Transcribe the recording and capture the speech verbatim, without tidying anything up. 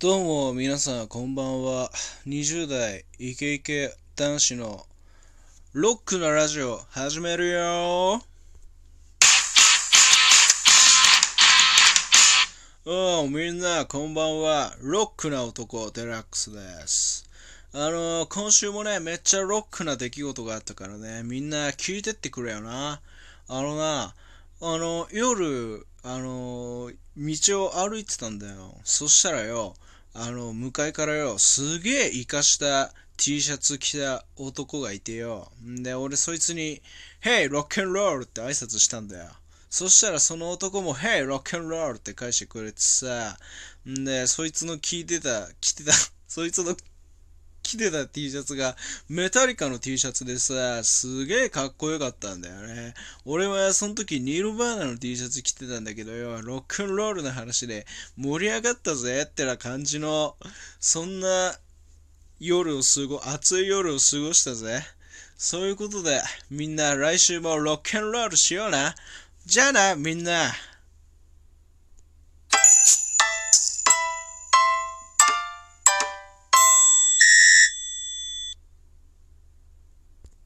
どうも皆さんこんばんは。にじゅう代イケイケ男子のロックなラジオ始めるよ。おうみんなこんばんは。ロックな男デラックスです。あのー、今週もねめっちゃロックな出来事があったからね、みんな聞いてってくれよな。あのなあの夜あのー道を歩いてたんだよ。そしたらよ、あの向かいからよすげえイカした T シャツ着た男がいてよ。んで俺そいつに「Hey ロックンロール」って挨拶したんだよ。そしたらその男も「Hey ロックンロール」って返してくれてさ。んでそいつの聞いてた着てたそいつの着てた T シャツがメタリカの T シャツでさ、すげえかっこよかったんだよね。俺はその時ニールバーナの T シャツ着てたんだけどよ、ロックンロールの話で盛り上がったぜってな感じの、そんな夜を過ご、暑い夜を過ごしたぜ。そういうことで、みんな来週もロックンロールしような。じゃあな、みんな。